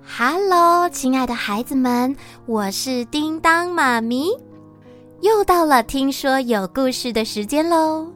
Hello， 亲爱的孩子们，我是叮当妈咪，又到了听说有故事的时间咯。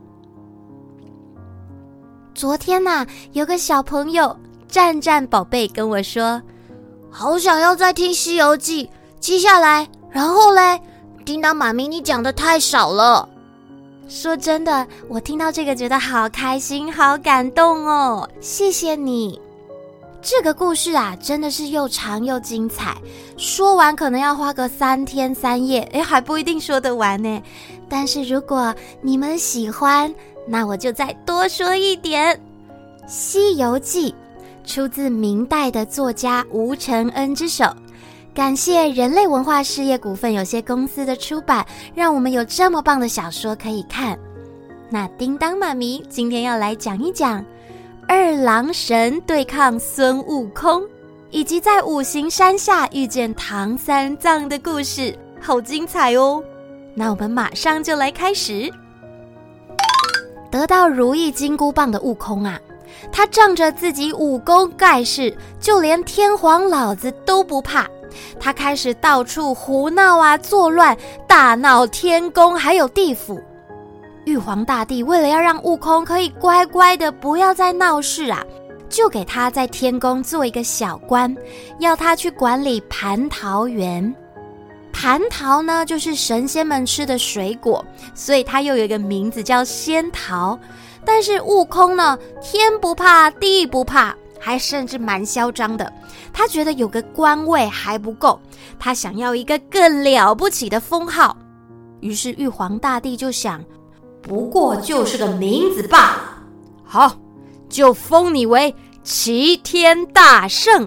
昨天有个小朋友战战宝贝跟我说， 好想要再听《西游记》，接下来然后嘞，叮当妈咪你讲的太少了。 说真的，我听到这个觉得好开心好感动哦，谢谢你。这个故事真的是又长又精彩，说完可能要花个3天3夜，还不一定说得完呢。但是如果你们喜欢，那我就再多说一点。《西游记》出自明代的作家吴承恩之手，感谢人类文化事业股份有限公司的出版，让我们有这么棒的小说可以看。那叮当妈咪今天要来讲一讲二郎神对抗孙悟空，以及在五行山下遇见唐三藏的故事，好精彩哦。那我们马上就来开始。得到如意金箍棒的悟空他仗着自己武功盖世，就连天皇老子都不怕。他开始到处胡闹作乱，大闹天宫还有地府。玉皇大帝为了要让悟空可以乖乖的不要再闹事就给他在天宫做一个小官，要他去管理蟠桃园。蟠桃呢，就是神仙们吃的水果，所以它又有一个名字叫仙桃。但是悟空呢，天不怕地不怕，还甚至蛮嚣张的。他觉得有个官位还不够，他想要一个更了不起的封号。于是玉皇大帝就想，不过就是个名字罢了，好，就封你为齐天大圣。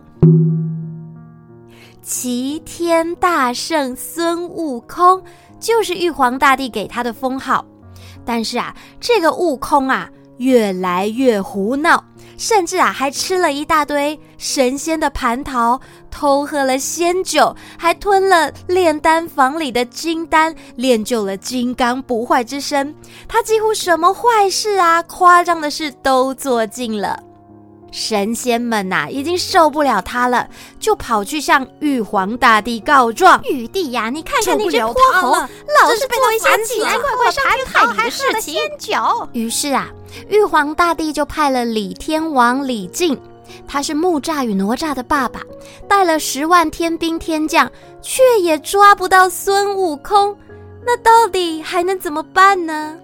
齐天大圣孙悟空就是玉皇大帝给他的封号。但是这个悟空越来越胡闹，甚至还吃了一大堆神仙的蟠桃，偷喝了仙酒，还吞了炼丹房里的金丹，练就了金刚不坏之身。他几乎什么坏事夸张的事都做尽了。神仙们已经受不了他了，就跑去向玉皇大帝告状。玉帝你看看那只泼猴，老是做一些奇奇怪怪伤天害理的事情。于是玉皇大帝就派了李天王李靖，他是木吒与哪吒的爸爸，带了10万天兵天将，却也抓不到孙悟空。那到底还能怎么办呢？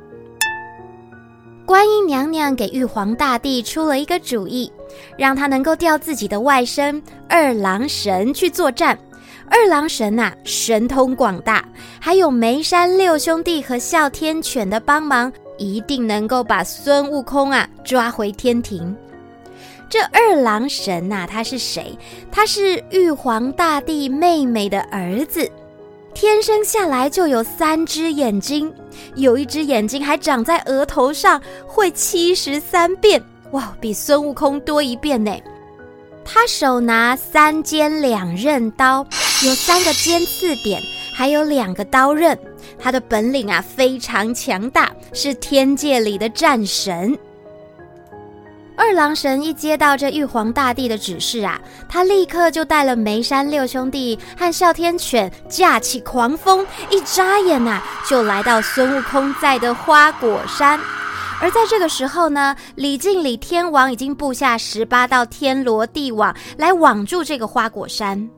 观音娘娘给玉皇大帝出了一个主意，让他能够调自己的外甥二郎神去作战。二郎神神通广大，还有眉山6兄弟和哮天犬的帮忙，一定能够把孙悟空抓回天庭。这二郎神他是谁？他是玉皇大帝妹妹的儿子，天生下来就有3只眼睛，有一只眼睛还长在额头上，会73变，哇，比孙悟空多1变呢。他手拿3尖2刃刀，有3个尖刺点，还有2个刀刃。他的本领非常强大，是天界里的战神。二郎神一接到这玉皇大帝的指示他立刻就带了眉山6兄弟和哮天犬，驾起狂风，一眨眼就来到孙悟空在的花果山。而在这个时候呢，李靖李天王已经布下18道天罗地网来网住这个花果山。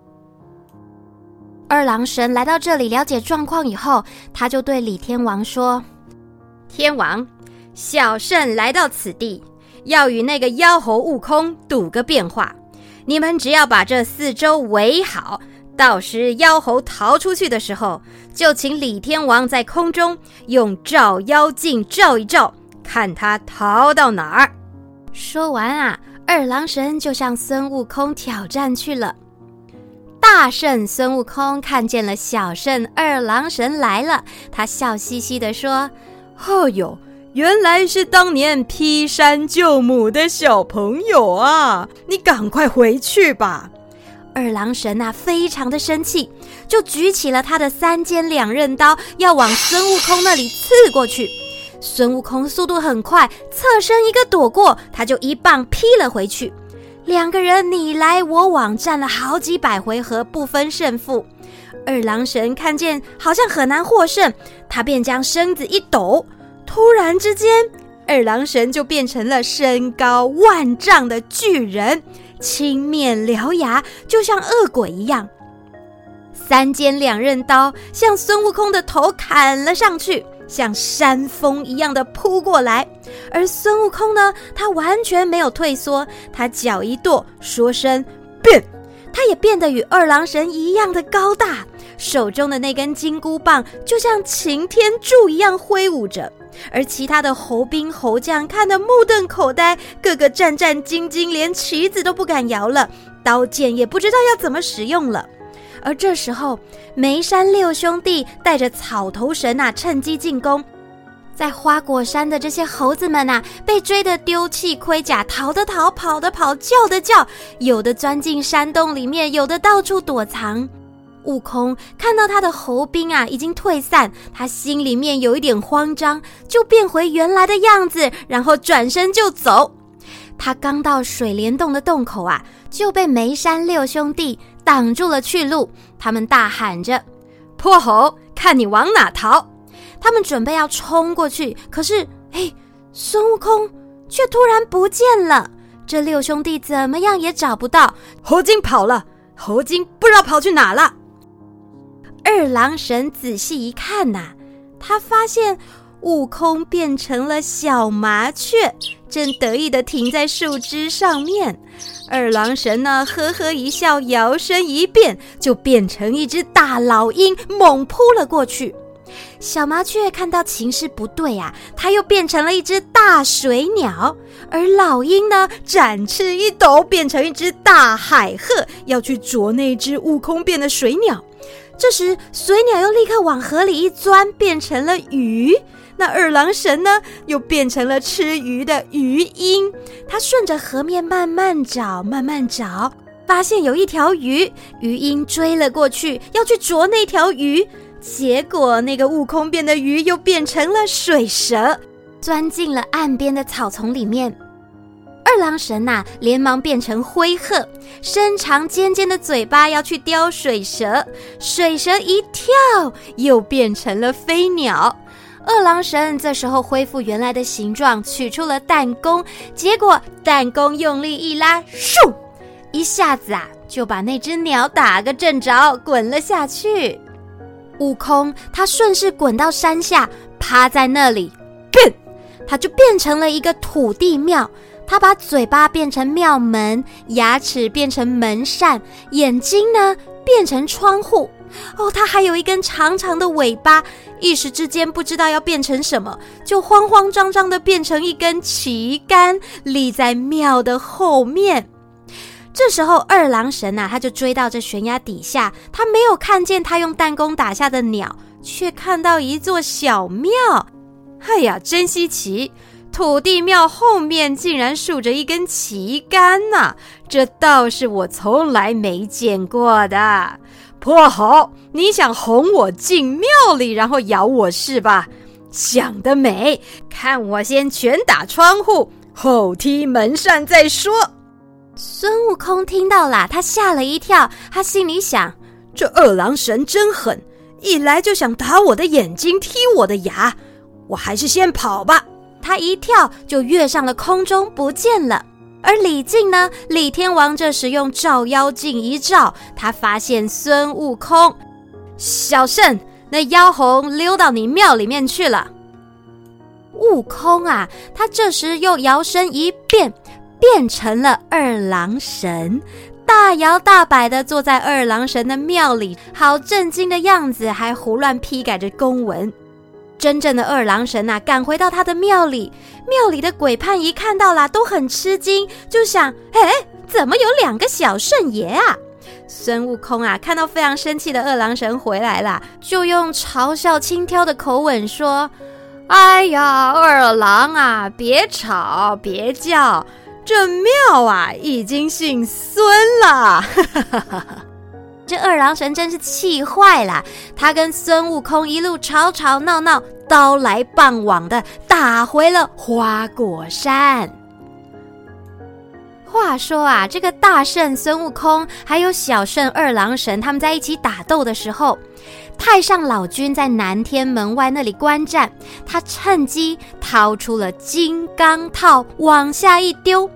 二郎神来到这里了解状况以后，他就对李天王说，天王，小圣来到此地，要与那个妖猴悟空赌个变化，你们只要把这4周围好，到时妖猴逃出去的时候，就请李天王在空中用照妖镜照一照，看他逃到哪儿。说完二郎神就向孙悟空挑战去了。大圣孙悟空看见了小圣二郎神来了，他笑嘻嘻地说，哦哟，原来是当年劈山救母的小朋友你赶快回去吧。二郎神非常的生气，就举起了他的3尖2刃刀，要往孙悟空那里刺过去。孙悟空速度很快，侧身一个躲过，他就一棒劈了回去。 两个人你来我往，战了好几百回合，不分胜负。二郎神看见好像很难获胜，他便将身子一抖，突然之间，二郎神就变成了身高万丈的巨人，青面獠牙，就像恶鬼一样。三尖两刃刀向孙悟空的头砍了上去，像山风一样的扑过来。而孙悟空呢，他完全没有退缩，他脚一跺，说声变，他也变得与二郎神一样的高大，手中的那根金箍棒就像擎天柱一样挥舞着。而其他的猴兵猴将看得目瞪口呆，个个战战兢兢，连旗子都不敢摇了，刀剑也不知道要怎么使用了。而这时候，梅山六兄弟带着草头神趁机进攻。在花果山的这些猴子们被追得丢弃盔甲，逃的逃，跑的跑，叫的叫，有的钻进山洞里面，有的到处躲藏。悟空看到他的猴兵已经退散，他心里面有一点慌张，就变回原来的样子，然后转身就走。他刚到水帘洞的洞口就被梅山六兄弟挡住了去路。他们大喊着：泼猴，看你往哪逃！他们准备要冲过去，可是孙悟空却突然不见了。这六兄弟怎么样也找不到，猴精跑了，猴精不知道跑去哪了。二郎神仔细一看他发现悟空变成了小麻雀，正得意地停在树枝上面。二郎神呢，呵呵一笑，摇身一变，就变成一只大老鹰，猛扑了过去。小麻雀看到情势不对它又变成了一只大水鸟。而老鹰呢，展翅一抖，变成一只大海鹤，要去啄那只悟空变的水鸟。这时水鸟又立刻往河里一钻，变成了鱼。那二郎神呢，又变成了吃鱼的鱼鹰。他顺着河面慢慢找，慢慢找，发现有一条鱼，鱼鹰追了过去，要去啄那条鱼。结果那个悟空变的鱼又变成了水蛇，钻进了岸边的草丛里面。二郎神连忙变成灰鹤，伸长尖尖的嘴巴要去叼水蛇，水蛇一跳又变成了飞鸟。二郎神这时候恢复原来的形状，取出了弹弓，结果弹弓用力一拉，咻，一下子就把那只鸟打个正着，滚了下去。悟空他顺势滚到山下，趴在那里，他就变成了一个土地庙。他把嘴巴变成庙门，牙齿变成门扇，眼睛呢变成窗户。他还有一根长长的尾巴，一时之间不知道要变成什么，就慌慌张张的变成一根旗杆，立在庙的后面。这时候二郎神他就追到这悬崖底下，他没有看见他用弹弓打下的鸟，却看到一座小庙。哎呀，真稀奇，土地庙后面竟然竖着一根旗杆这倒是我从来没见过的。泼猴，你想哄我进庙里，然后咬我是吧？想得美，看我先拳打窗户，后踢门扇再说。孙悟空听到了，他吓了一跳，他心里想，这二郎神真狠，一来就想打我的眼睛，踢我的牙，我还是先跑吧。他一跳就跃上了空中，不见了。而李靖呢，李天王这时用照妖镜一照，他发现孙悟空，小圣，那妖红溜到你庙里面去了。悟空他这时又摇身一变，变成了二郎神，大摇大摆地坐在二郎神的庙里，好震惊的样子，还胡乱批改着公文。真正的二郎神赶回到他的庙里，庙里的鬼判一看到了都很吃惊，就想，怎么有两个小圣爷孙悟空看到非常生气的二郎神回来了，就用嘲笑轻佻的口吻说，哎呀，二郎别吵别叫，这庙已经姓孙了。这二郎神真是气坏了，他跟孙悟空一路吵吵闹闹，刀来棒往的打回了花果山。 话说啊，这个大圣孙悟空还有小圣二郎神他们在一起打斗的时候，太上老君在南天门外那里观战，他趁机掏出了金刚套往下一丢，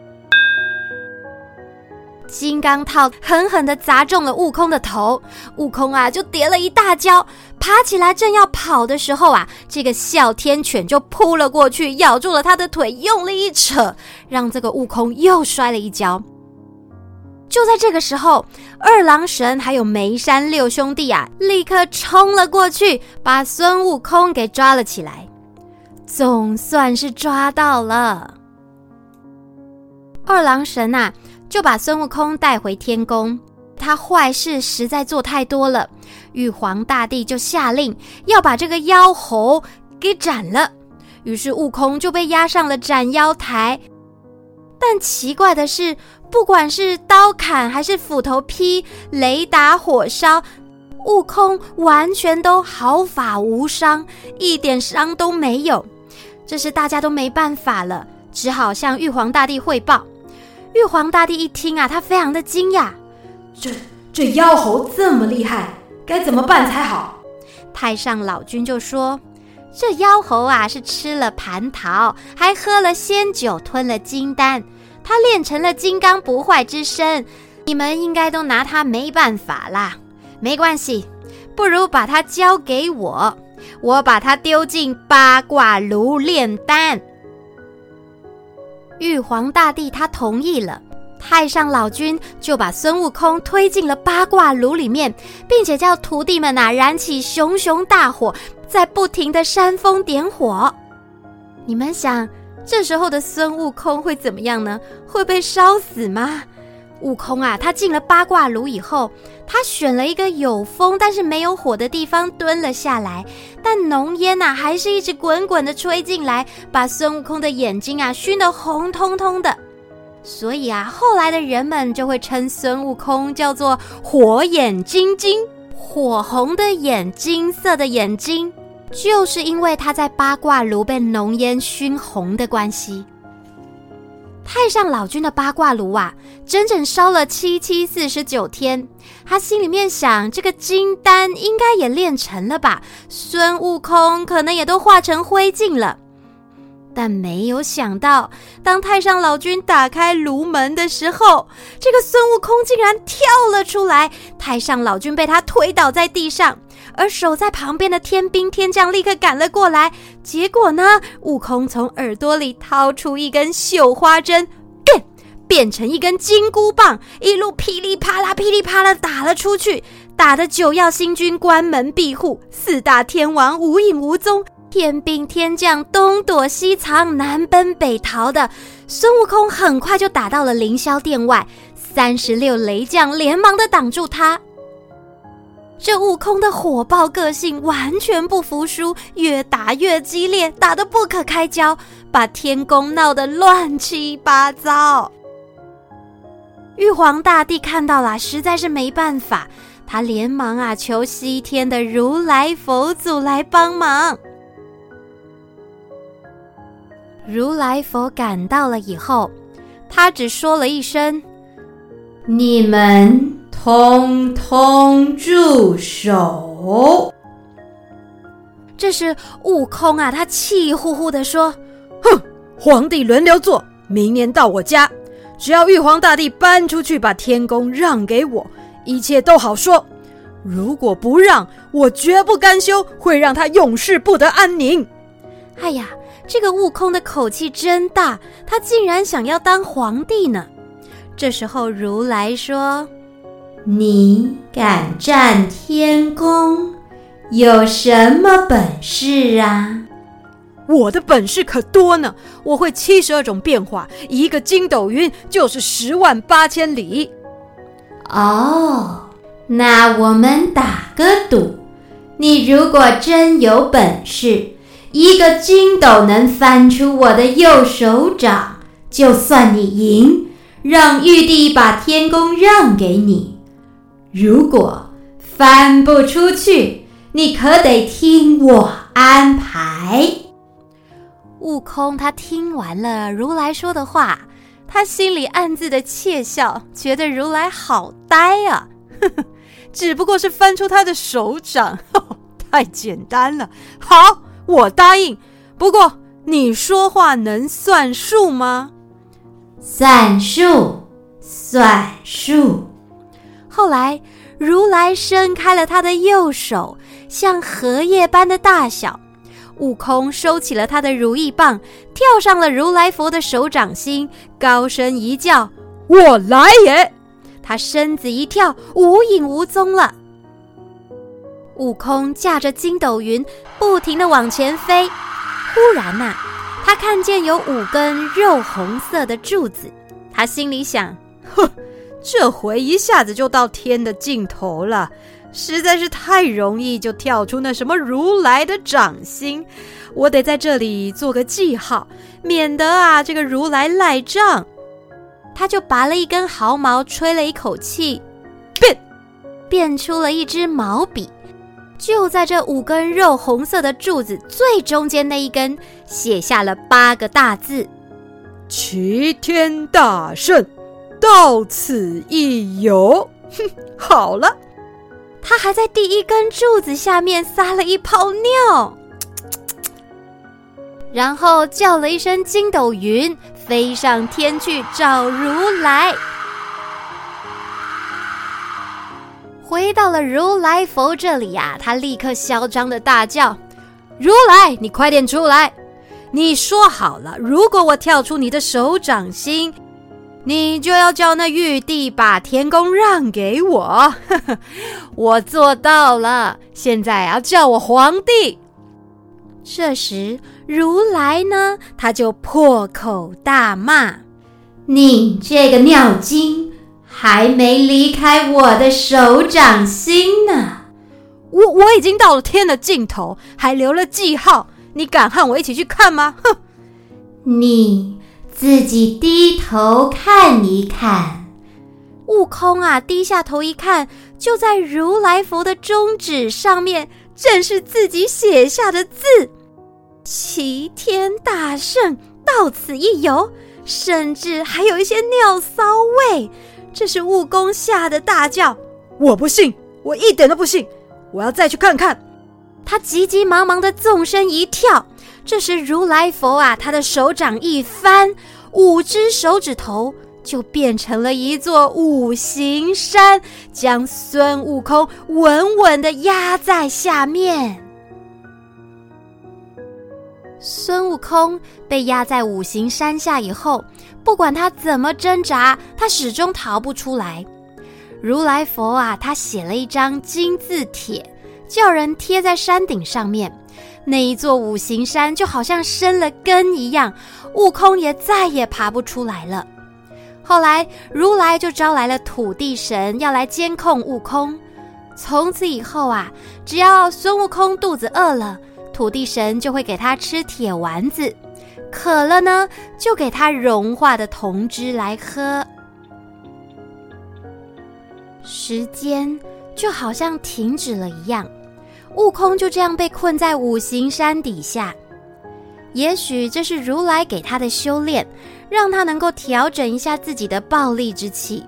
金刚套狠狠地砸中了悟空的头，悟空啊就跌了一大跤，爬起来正要跑的时候啊，这个哮天犬就扑了过去，咬住了他的腿，用力一扯，让这个悟空又摔了一跤。就在这个时候，二郎神还有梅山六兄弟啊，立刻冲了过去，把孙悟空给抓了起来，总算是抓到了。二郎神啊就把孙悟空带回天宫，他坏事实在做太多了，玉皇大帝就下令要把这个妖猴给斩了，于是悟空就被押上了斩妖台。但奇怪的是，不管是刀砍还是斧头劈，雷打火烧，悟空完全都毫发无伤，一点伤都没有。这时大家都没办法了，只好向玉皇大帝汇报。玉皇大帝一听啊，他非常的惊讶，这妖猴这么厉害，该怎么办才好？太上老君就说，这妖猴啊是吃了蟠桃，还喝了仙酒，吞了金丹，他练成了金刚不坏之身，你们应该都拿他没办法啦。没关系，不如把他交给我，我把他丢进八卦炉炼丹。玉皇大帝他同意了，太上老君就把孙悟空推进了八卦炉里面，并且叫徒弟们啊燃起熊熊大火，在不停的煽风点火。你们想，这时候的孙悟空会怎么样呢？会被烧死吗？悟空啊，他进了八卦炉以后，他选了一个有风但是没有火的地方蹲了下来，但浓烟啊还是一直滚滚的吹进来，把孙悟空的眼睛啊熏得红彤彤的。所以啊，后来的人们就会称孙悟空叫做火眼金睛，火红的眼，金色的眼睛，就是因为他在八卦炉被浓烟熏红的关系。太上老君的八卦炉啊，整整烧了749天。他心里面想，这个金丹应该也炼成了吧，孙悟空可能也都化成灰烬了。但没有想到，当太上老君打开炉门的时候，这个孙悟空竟然跳了出来，太上老君被他推倒在地上，而守在旁边的天兵天将立刻赶了过来。结果呢，悟空从耳朵里掏出一根绣花针，变成一根金箍棒，一路噼里啪啦噼里啪啦打了出去，打得九曜星君关门闭户，四大天王无影无踪，天兵天将东躲西藏，南奔北逃的。孙悟空很快就打到了凌霄殿外，36雷将连忙的挡住他。这悟空的火爆个性完全不服输，越打越激烈，打得不可开交，把天宫闹得乱七八糟。玉皇大帝看到了，实在是没办法，他连忙啊求西天的如来佛祖来帮忙。如来佛赶到了以后，他只说了一声：“你们通通住手！”这时悟空啊，他气呼呼地说：“ 哼，皇帝轮流坐，明年到我家，只要玉皇大帝搬出去把天宫让给我，一切都好说。如果不让，我绝不甘休，会让他永世不得安宁。” 哎呀，这个悟空的口气真大，他竟然想要当皇帝呢。这时候如来说：“你敢占天宫，有什么本事啊？”“ 我的本事可多呢，我会72种变化，一个筋斗云就是108000里。”“ 哦，那我们打个赌，你如果真有本事，一个筋斗能翻出我的右手掌，就算你赢，让玉帝把天宫让给你。如果翻不出去，你可得听我安排。”悟空他听完了如来说的话， 他心里暗自的窃笑，觉得如来好呆啊，只不过是翻出他的手掌，太简单了。好，我答应，不过你说话能算数吗？ 算数，算数。 后来如来伸开了他的右手，像荷叶般的大小，悟空收起了他的如意棒，跳上了如来佛的手掌心，高声一叫：我来也！他身子一跳，无影无踪了。悟空驾着筋斗云不停地往前飞，忽然他看见有5根肉红色的柱子，他心里想：这回一下子就到天的尽头了，实在是太容易就跳出那什么如来的掌心，我得在这里做个记号，免得这个如来赖账。他就拔了一根毫毛，吹了一口气，变出了一支毛笔，就在这5根肉红色的柱子最中间那一根写下了8个大字：齐天大圣，到此一游。好了，他还在第1根柱子下面撒了一泡尿，然后叫了一声筋斗云，飞上天去找如来。回到了如来佛这里他立刻嚣张的大叫：如来，你快点出来！你说好了，如果我跳出你的手掌心，你就要叫那玉帝把天宫让给我。我做到了，现在要叫我皇帝。这时如来呢，他就破口大骂： 你这个尿精，还没离开我的手掌心呢！ 我已经到了天的尽头，还留了记号，你敢和我一起去看吗？哼！ 你自己低头看一看。 悟空低下头一看，就在如来佛的中指上面，正是自己写下的字：齐天大圣，到此一游，甚至还有一些尿骚味。这是悟空吓得大叫：我不信，我一点都不信，我要再去看看。他急急忙忙地纵身一跳，这时如来佛他的手掌一翻，5只手指头就变成了一座五行山，将孙悟空稳稳地压在下面。孙悟空被压在五行山下以后，不管他怎么挣扎，他始终逃不出来。如来佛他写了一张金字帖，叫人贴在山顶上面，那一座五行山就好像生了根一样，悟空也再也爬不出来了。后来如来就招来了土地神，要来监控悟空。从此以后只要孙悟空肚子饿了，土地神就会给他吃铁丸子，渴了呢，就给他融化的铜汁来喝。时间就好像停止了一样，悟空就这样被困在五行山底下。也许这是如来给他的修炼，让他能够调整一下自己的暴戾之气。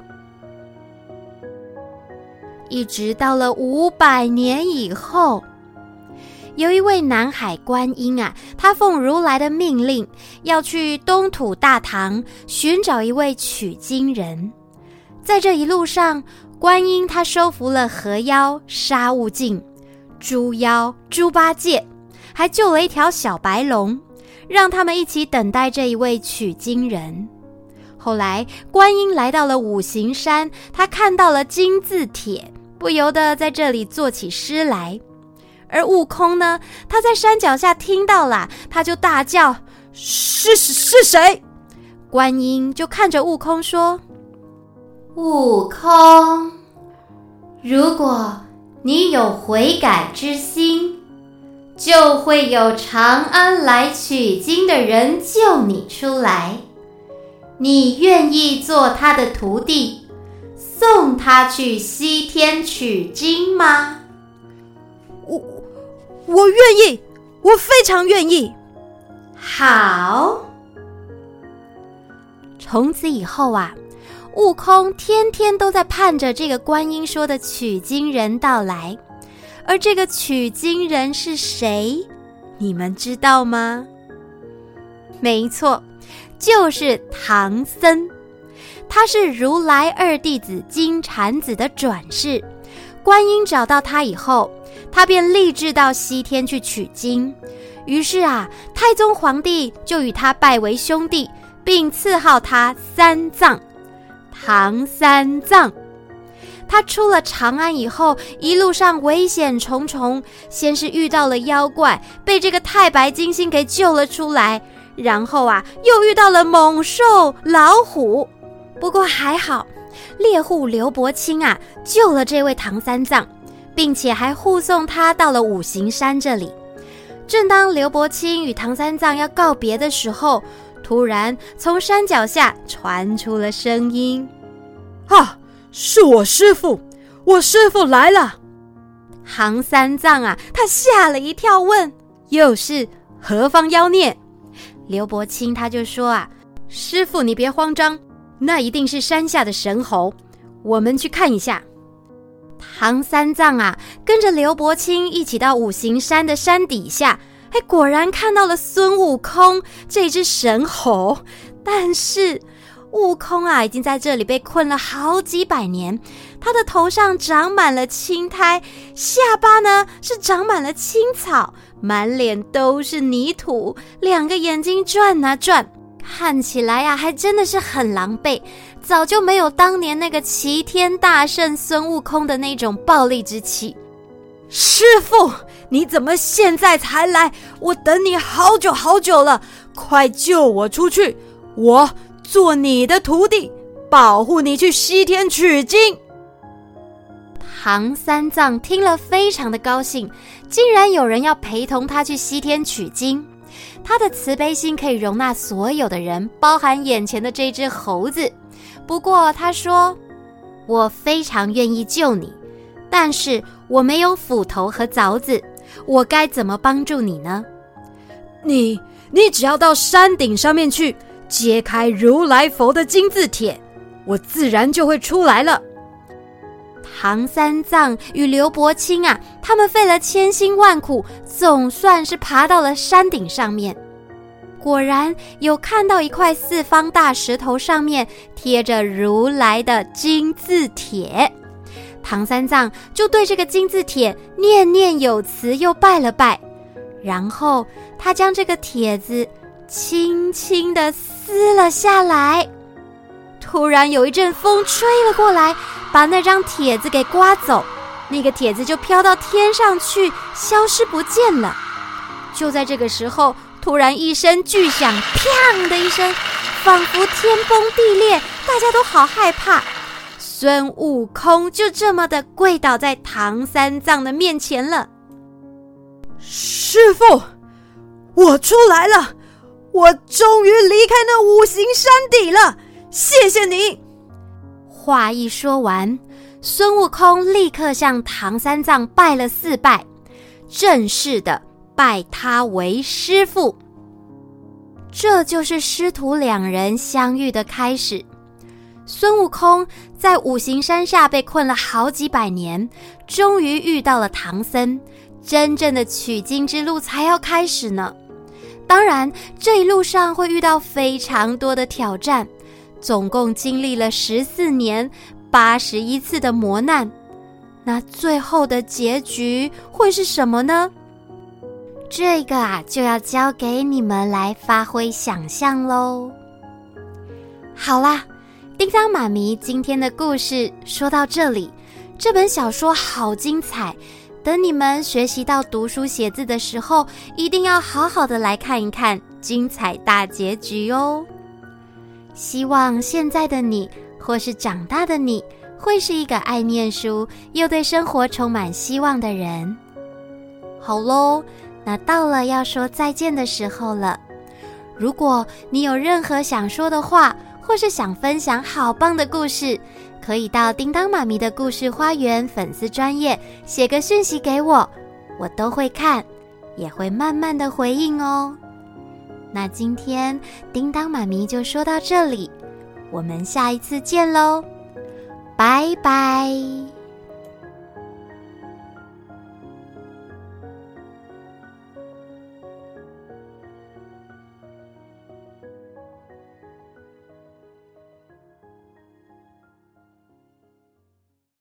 一直到了500年以后，有一位南海观音他奉如来的命令，要去东土大唐寻找一位取经人。在这一路上，观音他收服了河妖、沙悟净、猪妖、猪八戒，还救了一条小白龙，让他们一起等待这一位取经人。后来观音来到了五行山，他看到了金字帖，不由得在这里作起诗来。而悟空呢，他在山脚下听到了，他就大叫：是谁？观音就看着悟空说： 悟空，如果你有悔改之心，就会有长安来取经的人救你出来。你愿意做他的徒弟，送他去西天取经吗？ 我愿意，我非常愿意。 好， 从此以后啊，悟空天天都在盼着这个观音说的取经人到来。而这个取经人是谁？你们知道吗？没错，就是唐僧。他是如来二弟子金蝉子的转世。观音找到他以后，他便立志到西天去取经。于是啊，太宗皇帝就与他拜为兄弟，并赐号他三藏，唐三藏。他出了长安以后，一路上危险重重，先是遇到了妖怪，被这个太白金星给救了出来，然后啊，又遇到了猛兽、老虎。不过还好，猎户刘伯清啊，救了这位唐三藏，并且还护送他到了五行山这里。正当刘伯清与唐三藏要告别的时候，突然从山脚下传出了声音： 啊，是我师父，我师父来了。 唐三藏啊，他吓了一跳，问：又是何方妖孽？刘伯清他就说啊：师父你别慌张，那一定是山下的神猴，我们去看一下。唐三藏啊，跟着刘伯清一起到五行山的山底下，果然看到了孙悟空这只神猴。但是悟空啊，已经在这里被困了好几百年，他的头上长满了青苔，下巴呢是长满了青草，满脸都是泥土，两个眼睛转啊转，看起来啊还真的是很狼狈，早就没有当年那个齐天大圣孙悟空的那种暴力之气。 师父，你怎么现在才来？我等你好久好久了，快救我出去，我做你的徒弟，保护你去西天取经。 唐三藏听了非常的高兴，竟然有人要陪同他去西天取经。他的慈悲心可以容纳所有的人，包含眼前的这只猴子。不过他说：我非常愿意救你，但是我没有斧头和凿子，我该怎么帮助你呢？ 你只要到山顶上面去，揭开如来佛的金字帖，我自然就会出来了。 唐三藏与刘伯清啊，他们费了千辛万苦，总算是爬到了山顶上面。果然有看到一块四方大石头，上面贴着如来的金字帖。唐三藏就对这个金字帖念念有词，又拜了拜，然后他将这个帖子轻轻地撕了下来。突然有一阵风吹了过来，把那张帖子给刮走，那个帖子就飘到天上去，消失不见了。就在这个时候，突然一声巨响，砰的一声，仿佛天崩地裂，大家都好害怕。孙悟空就这么的跪倒在唐三藏的面前了。 师父，我出来了，我终于离开那五行山底了，谢谢你。 话一说完，孙悟空立刻向唐三藏拜了4拜，正式的拜他为师父。这就是师徒两人相遇的开始。孙悟空在五行山下被困了好几百年，终于遇到了唐僧，真正的取经之路才要开始呢。当然，这一路上会遇到非常多的挑战，总共经历了14年81次的磨难。那最后的结局会是什么呢？这个啊，就要交给你们来发挥想象咯。好啦，叮当妈咪今天的故事说到这里。这本小说好精彩，等你们学习到读书写字的时候，一定要好好的来看一看精彩大结局哦。希望现在的你，或是长大的你，会是一个爱念书又对生活充满希望的人。好咯，那到了要说再见的时候了。如果你有任何想说的话，或是想分享好棒的故事，可以到叮当妈咪的故事花园粉丝专页写个讯息给我，我都会看，也会慢慢的回应哦。那今天叮当妈咪就说到这里， 我们下一次见喽，拜拜。